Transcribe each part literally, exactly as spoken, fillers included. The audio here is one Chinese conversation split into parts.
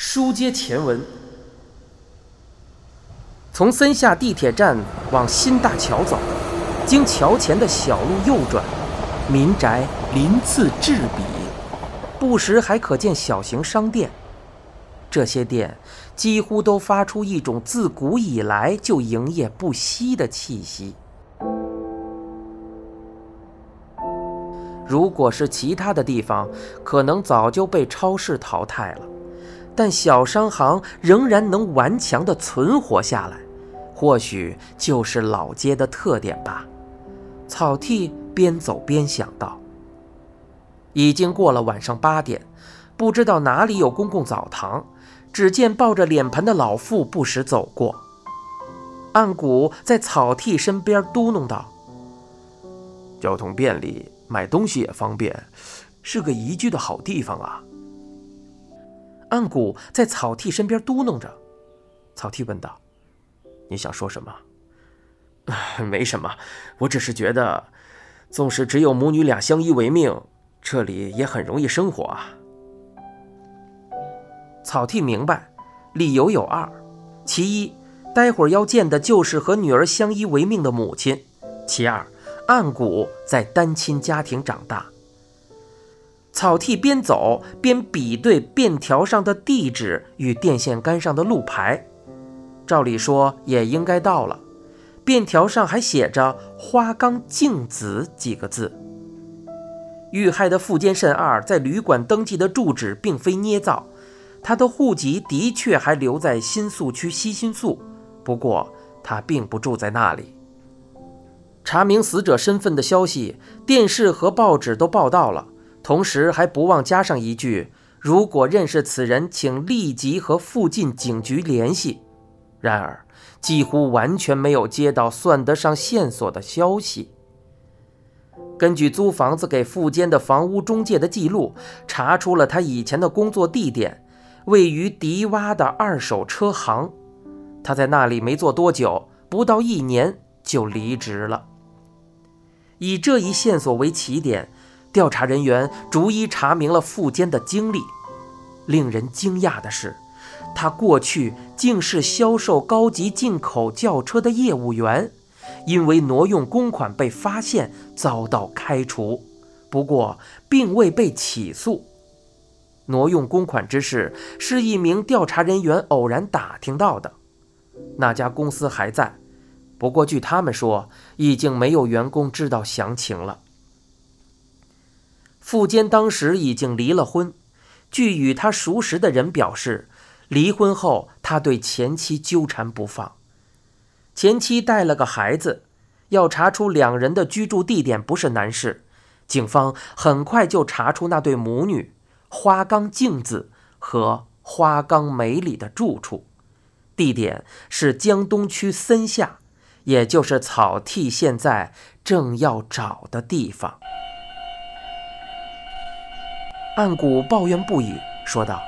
书接前文，从森下地铁站往新大桥走，经桥前的小路右转，民宅鳞次栉比，不时还可见小型商店。这些店几乎都发出一种自古以来就营业不息的气息。如果是其他的地方，可能早就被超市淘汰了，但小商行仍然能顽强地存活下来，或许就是老街的特点吧。草剃边走边想到，已经过了晚上八点，不知道哪里有公共澡堂，只见抱着脸盆的老妇不时走过。岸谷在草剃身边嘟哝道：“ 交通便利，买东西也方便，是个宜居的好地方啊。” 岸谷在草剃身边嘟哝着。草剃问道：“ 你想说什么？”“ 没什么，我只是觉得，纵使只有母女俩相依为命，这里也很容易生活啊。”草剃明白，理由有二：其一，待会儿要见的就是和女儿相依为命的母亲；其二，岸谷在单亲家庭长大。草剃边走边比对便条上的地址与电线杆上的路牌，照理说也应该到了。便条上还写着花冈静子几个字。遇害的富坚慎二在旅馆登记的住址并非捏造，他的户籍的确还留在新宿区西新宿，不过他并不住在那里。查明死者身份的消息，电视和报纸都报道了，同时还不忘加上一句：如果认识此人，请立即和附近警局联系。然而几乎完全没有接到算得上线索的消息。根据租房子给富坚的房屋中介的记录，查出了他以前的工作地点位于迪洼的二手车行。他在那里没做多久，不到一年就离职了。以这一线索为起点，调查人员逐一查明了富坚的经历。令人惊讶的是，他过去竟是销售高级进口轿车的业务员，因为挪用公款被发现遭到开除，不过并未被起诉。挪用公款之事是一名调查人员偶然打听到的，那家公司还在，不过据他们说，已经没有员工知道详情了。富坚当时已经离了婚，据与他熟识的人表示，离婚后他对前妻纠缠不放。前妻带了个孩子，要查出两人的居住地点不是难事，警方很快就查出那对母女花冈静子和花冈美里的住处，地点是江东区森下，也就是草剃现在正要找的地方。岸谷抱怨不已，说道：“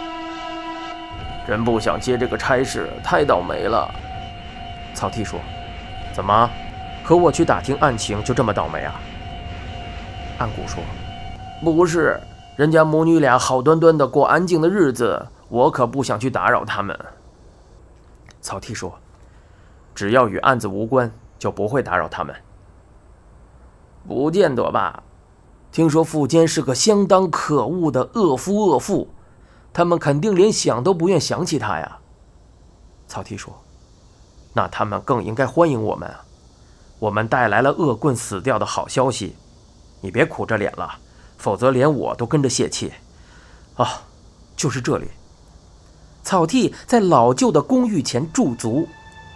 真不想接这个差事，太倒霉了。” 草剃说：“怎么，和我去打听案情就这么倒霉啊？”岸谷说：“ 不是，人家母女俩好端端的过安静的日子，我可不想去打扰他们。” 草剃说：“只要与案子无关，就不会打扰他们。” 不见得吧？听说富坚是个相当可恶的恶夫恶妇，他们肯定连想都不愿想起他呀。” 草剃说：“那他们更应该欢迎我们啊！我们带来了恶棍死掉的好消息，你别苦着脸了，否则连我都跟着泄气。啊，就是这里。”草剃在老旧的公寓前驻足。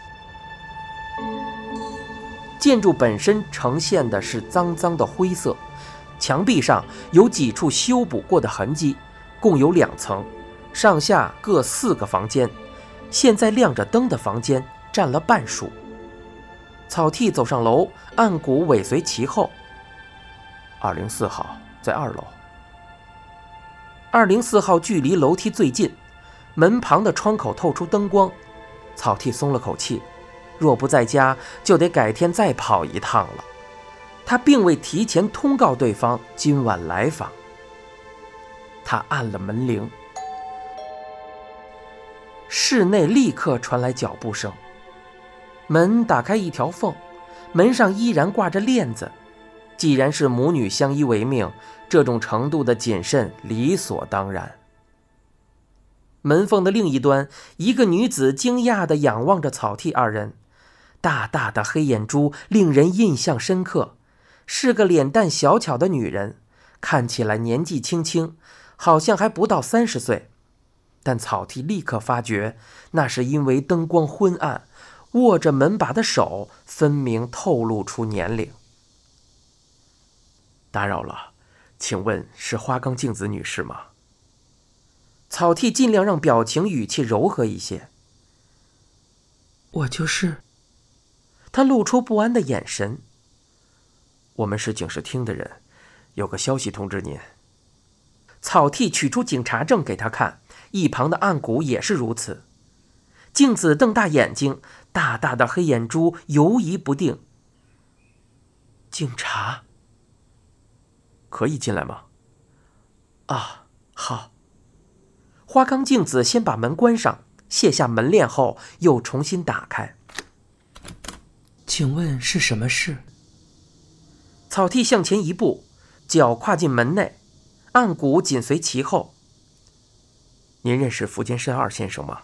建筑本身呈现的是脏脏的灰色，墙壁上有几处修补过的痕迹，共有两层，上下各四个房间，现在亮着灯的房间占了半数。草剃走上楼，岸谷尾随其后。二零四号在二楼。二零四号距离楼梯最近，门旁的窗口透出灯光，草剃松了口气，若不在家，就得改天再跑一趟了。他并未提前通告对方今晚来访。他按了门铃。 室内立刻传来脚步声，门打开一条缝，门上依然挂着链子。既然是母女相依为命，这种程度的谨慎理所当然。门缝的另一端，一个女子惊讶地仰望着草剃二人，大大的黑眼珠令人印象深刻，是个脸蛋小巧的女人，看起来年纪轻轻，好像还不到三十岁。但草剃立刻发觉，那是因为灯光昏暗，握着门把的手分明透露出年龄。 打扰了，请问是花冈镜子女士吗？ 草剃尽量让表情语气柔和一些。 我就是。 他露出不安的眼神。 我们是警视厅的人，有个消息通知您。 草剃取出警察证给他看，一旁的岸谷也是如此。镜子瞪大眼睛，大大的黑眼珠游移不定。 警察？ 可以进来吗？ 啊，好。花冈镜子先把门关上，卸下门链后又重新打开。 请问是什么事？ 草剃向前一步，脚跨进门内，岸谷紧随其后。 您认识福间伸二先生吗？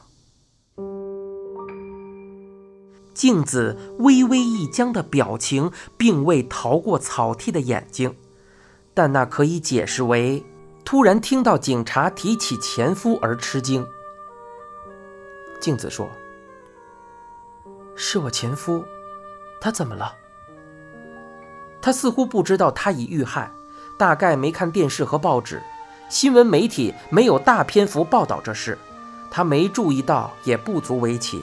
镜子微微一僵的表情并未逃过草剃的眼睛，但那可以解释为突然听到警察提起前夫而吃惊。镜子说： 是我前夫，他怎么了？ 他似乎不知道他已遇害，大概没看电视和报纸，新闻媒体没有大篇幅报道这事，他没注意到也不足为奇。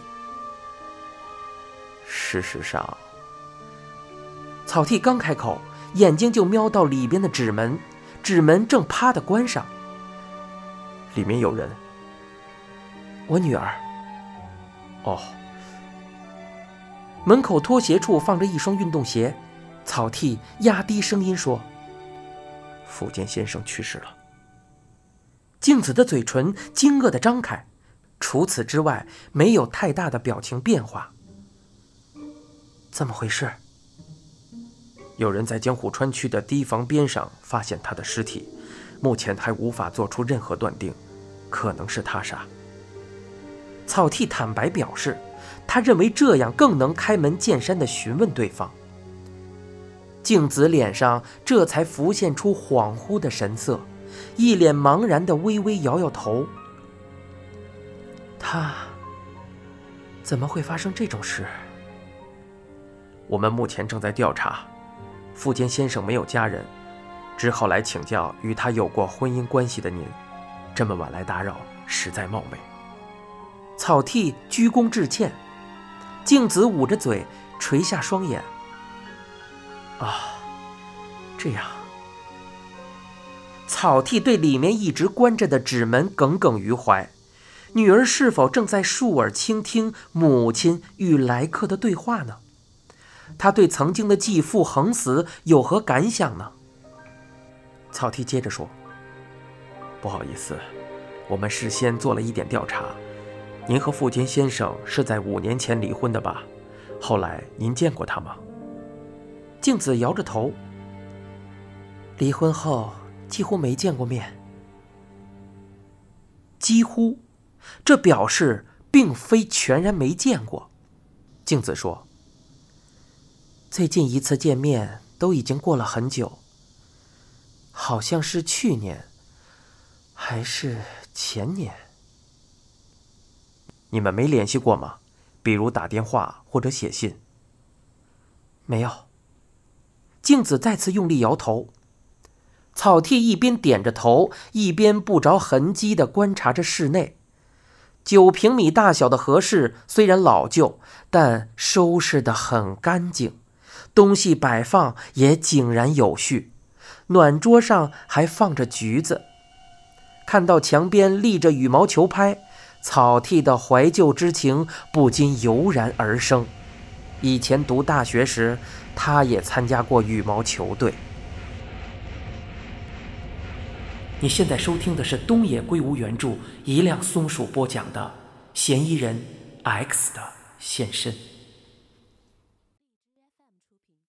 事实上， 草剃刚开口，眼睛就瞄到里边的纸门，纸门正啪地关上。 里面有人。 我女儿。 哦。 门口拖鞋处放着一双运动鞋，草剃压低声音说： 福间先生去世了。 镜子的嘴唇惊愕地张开，除此之外没有太大的表情变化。怎么回事？ 有人在江户川区的堤防边上发现他的尸体，目前还无法做出任何断定，可能是他杀。 草剃坦白表示，他认为这样更能开门见山地询问对方。镜子脸上这才浮现出恍惚的神色，一脸茫然地微微摇摇头。他怎么会发生这种事？ 我们目前正在调查，富坚先生没有家人，只好来请教与他有过婚姻关系的您，这么晚来打扰，实在冒昧。 草剃鞠躬致歉，镜子捂着嘴，垂下双眼。啊，这样。草剃对里面一直关着的纸门耿耿于怀，女儿是否正在竖耳倾听母亲与来客的对话呢？他对曾经的继父横死有何感想呢？ 草剃接着说：不好意思，我们事先做了一点调查，您和富坚先生是在五年前离婚的吧？后来您见过他吗？ 镜子摇着头。离婚后几乎没见过面。几乎，这表示并非全然没见过。镜子说：最近一次见面都已经过了很久，好像是去年，还是前年。 你们没联系过吗？比如打电话或者写信？ 没有。镜子再次用力摇头。草剃一边点着头，一边不着痕迹地观察着室内。九平米大小的和室虽然老旧，但收拾得很干净，东西摆放也井然有序。暖桌上还放着橘子。看到墙边立着羽毛球拍，草剃的怀旧之情不禁油然而生。以前读大学时，他也参加过羽毛球队。你现在收听的是东野圭吾原著，一辆松鼠播讲的《 嫌疑人 X 的现身。